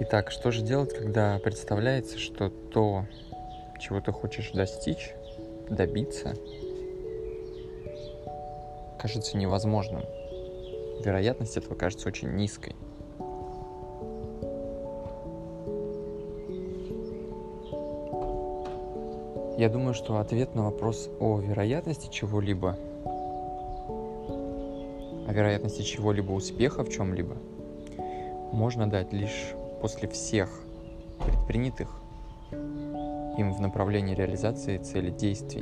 Итак, что же делать, когда представляется, что то, чего ты хочешь достичь, добиться, кажется невозможным? Вероятность этого кажется очень низкой. Я думаю, что ответ на вопрос о вероятности чего-либо, о вероятности чего-либо успеха в чем-либо, можно дать лишь после всех предпринятых им в направлении реализации цели действий.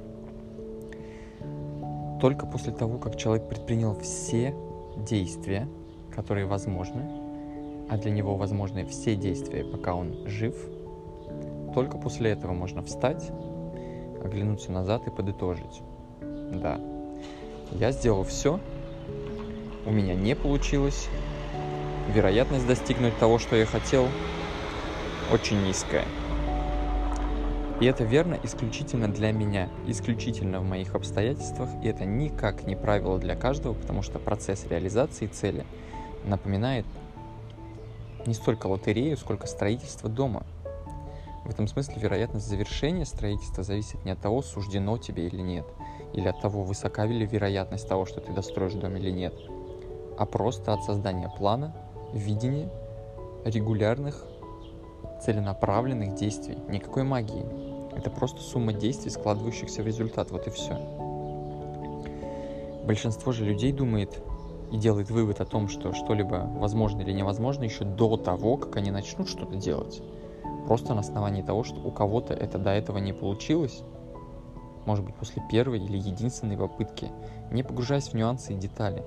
Только после того, как человек предпринял все действия, которые возможны, а для него возможны все действия, пока он жив, только после этого можно встать, оглянуться назад и подытожить. Да, я сделал все, у меня не получилось, вероятность достигнуть того, что я хотел, очень низкая. И это верно исключительно для меня, исключительно в моих обстоятельствах, и это никак не правило для каждого, потому что процесс реализации цели напоминает не столько лотерею, сколько строительство дома. В этом смысле вероятность завершения строительства зависит не от того, суждено тебе или нет, или от того, высока ли вероятность того, что ты достроишь дом или нет, а просто от создания плана, видения, регулярных, целенаправленных действий. Никакой магии. Это просто сумма действий, складывающихся в результат. Вот и все. Большинство же людей думает и делает вывод о том, что что-либо возможно или невозможно еще до того, как они начнут что-то делать. Просто на основании того, что у кого-то это до этого не получилось, может быть, после первой или единственной попытки, не погружаясь в нюансы и детали.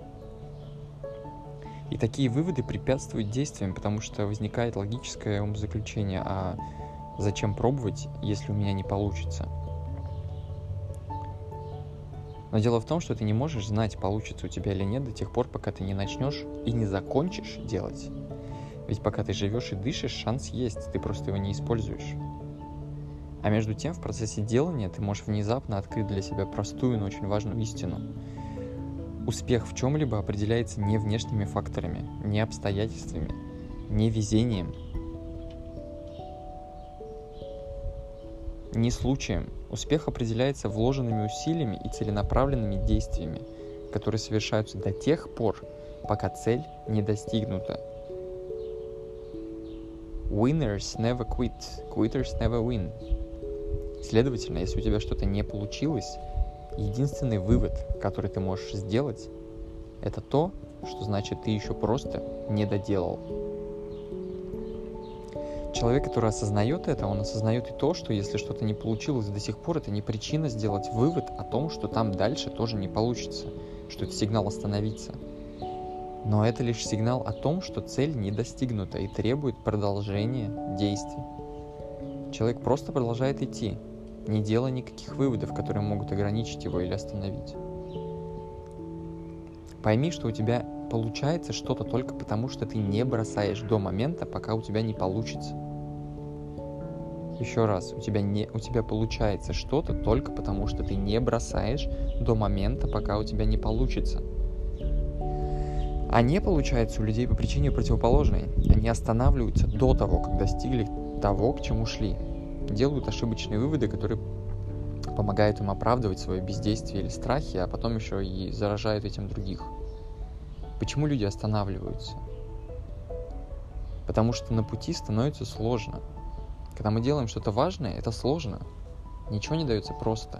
И такие выводы препятствуют действиям, потому что возникает логическое умозаключение: а зачем пробовать, если у меня не получится? Но дело в том, что ты не можешь знать, получится у тебя или нет, до тех пор, пока ты не начнешь и не закончишь делать. Ведь пока ты живешь и дышишь, шанс есть, ты просто его не используешь. А между тем, в процессе делания ты можешь внезапно открыть для себя простую, но очень важную истину. Успех в чем-либо определяется не внешними факторами, не обстоятельствами, не везением, не случаем. Успех определяется вложенными усилиями и целенаправленными действиями, которые совершаются до тех пор, пока цель не достигнута. Winners never quit, quitters never win. Следовательно, если у тебя что-то не получилось, единственный вывод, который ты можешь сделать, это то, что значит ты еще просто не доделал. Человек, который осознает это, он осознает и то, что если что-то не получилось до сих пор, это не причина сделать вывод о том, что там дальше тоже не получится, что это сигнал остановиться. Но это лишь сигнал о том, что цель не достигнута и требует продолжения действий. Человек просто продолжает идти, не делая никаких выводов, которые могут ограничить его или остановить. Пойми, что у тебя получается что-то только потому, что ты не бросаешь до момента, пока у тебя не получится. Еще раз, у тебя получается что-то только потому, что ты не бросаешь до момента, пока у тебя не получится. А не получается у людей по причине противоположной. Они останавливаются до того, как достигли того, к чему шли. Делают ошибочные выводы, которые помогают им оправдывать свое бездействие или страхи, а потом еще и заражают этим других. Почему люди останавливаются? Потому что на пути становится сложно. Когда мы делаем что-то важное, это сложно. Ничего не дается просто.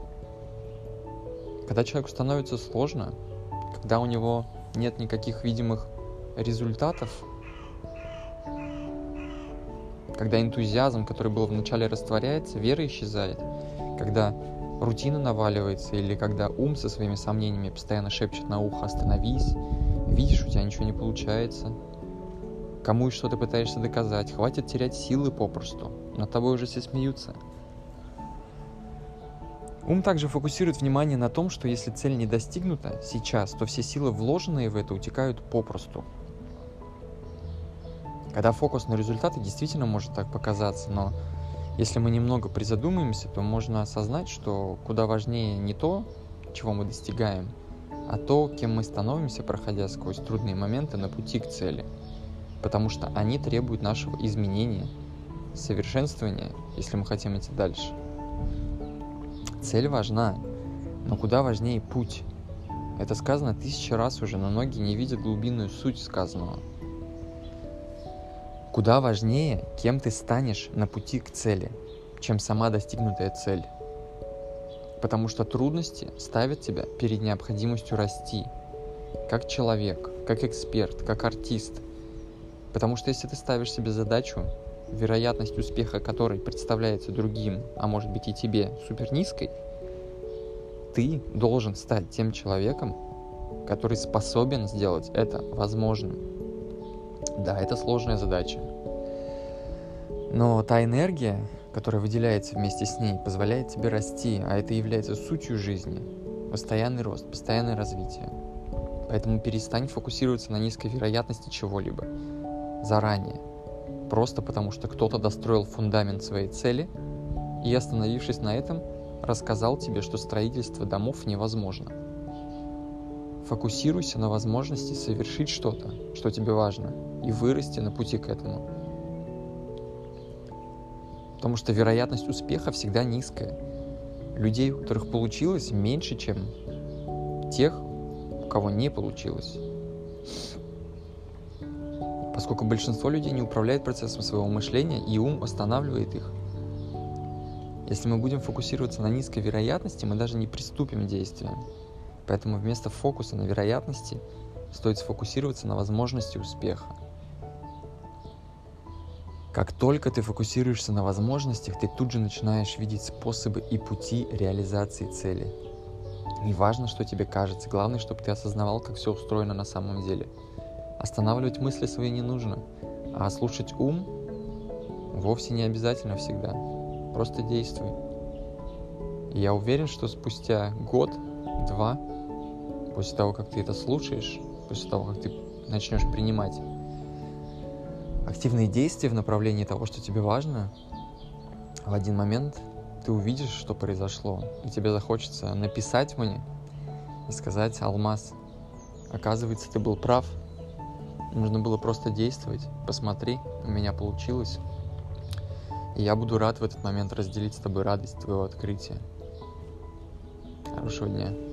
Когда человеку становится сложно, когда у него нет никаких видимых результатов, когда энтузиазм, который был вначале, растворяется, вера исчезает, когда рутина наваливается, или когда ум со своими сомнениями постоянно шепчет на ухо: остановись, видишь, у тебя ничего не получается, кому и что ты пытаешься доказать, хватит терять силы попросту, над тобой уже все смеются. Ум также фокусирует внимание на том, что если цель не достигнута сейчас, то все силы, вложенные в это, утекают попросту. Когда фокус на результаты, действительно может так показаться, но если мы немного призадумаемся, то можно осознать, что куда важнее не то, чего мы достигаем, а то, кем мы становимся, проходя сквозь трудные моменты на пути к цели. потому что они требуют нашего изменения, совершенствования, если мы хотим идти дальше. Цель важна, но куда важнее путь. Это сказано 1000 раз уже, но многие не видят глубинную суть сказанного. Куда важнее, кем ты станешь на пути к цели, чем сама достигнутая цель. Потому что трудности ставят тебя перед необходимостью расти, как человек, как эксперт, как артист. Потому что если ты ставишь себе задачу, вероятность успеха которой представляется другим, а может быть и тебе, супер низкой, ты должен стать тем человеком, который способен сделать это возможным. Да, это сложная задача. Но та энергия, которая выделяется вместе с ней, позволяет тебе расти, а это является сутью жизни. Постоянный рост, постоянное развитие. Поэтому перестань фокусироваться на низкой вероятности чего-либо заранее. Просто потому, что кто-то достроил фундамент своей цели и, остановившись на этом, рассказал тебе, что строительство домов невозможно. Фокусируйся на возможности совершить что-то, что тебе важно, и вырасти на пути к этому. Потому что вероятность успеха всегда низкая. Людей, у которых получилось, меньше, чем тех, у кого не получилось. Поскольку большинство людей не управляет процессом своего мышления, и ум останавливает их. Если мы будем фокусироваться на низкой вероятности, мы даже не приступим к действиям. Поэтому вместо фокуса на вероятности стоит сфокусироваться на возможности успеха. Как только ты фокусируешься на возможностях, ты тут же начинаешь видеть способы и пути реализации цели. Не важно, что тебе кажется, главное, чтобы ты осознавал, как все устроено на самом деле. Останавливать мысли свои не нужно, а слушать ум вовсе не обязательно всегда. Просто действуй. И я уверен, что спустя год-два, после того, как ты это слушаешь, после того, как ты начнешь принимать активные действия в направлении того, что тебе важно, в один момент ты увидишь, что произошло, и тебе захочется написать мне и сказать: Алмаз, оказывается, ты был прав, нужно было просто действовать, посмотри, у меня получилось. И я буду рад в этот момент разделить с тобой радость твоего открытия. Хорошего дня.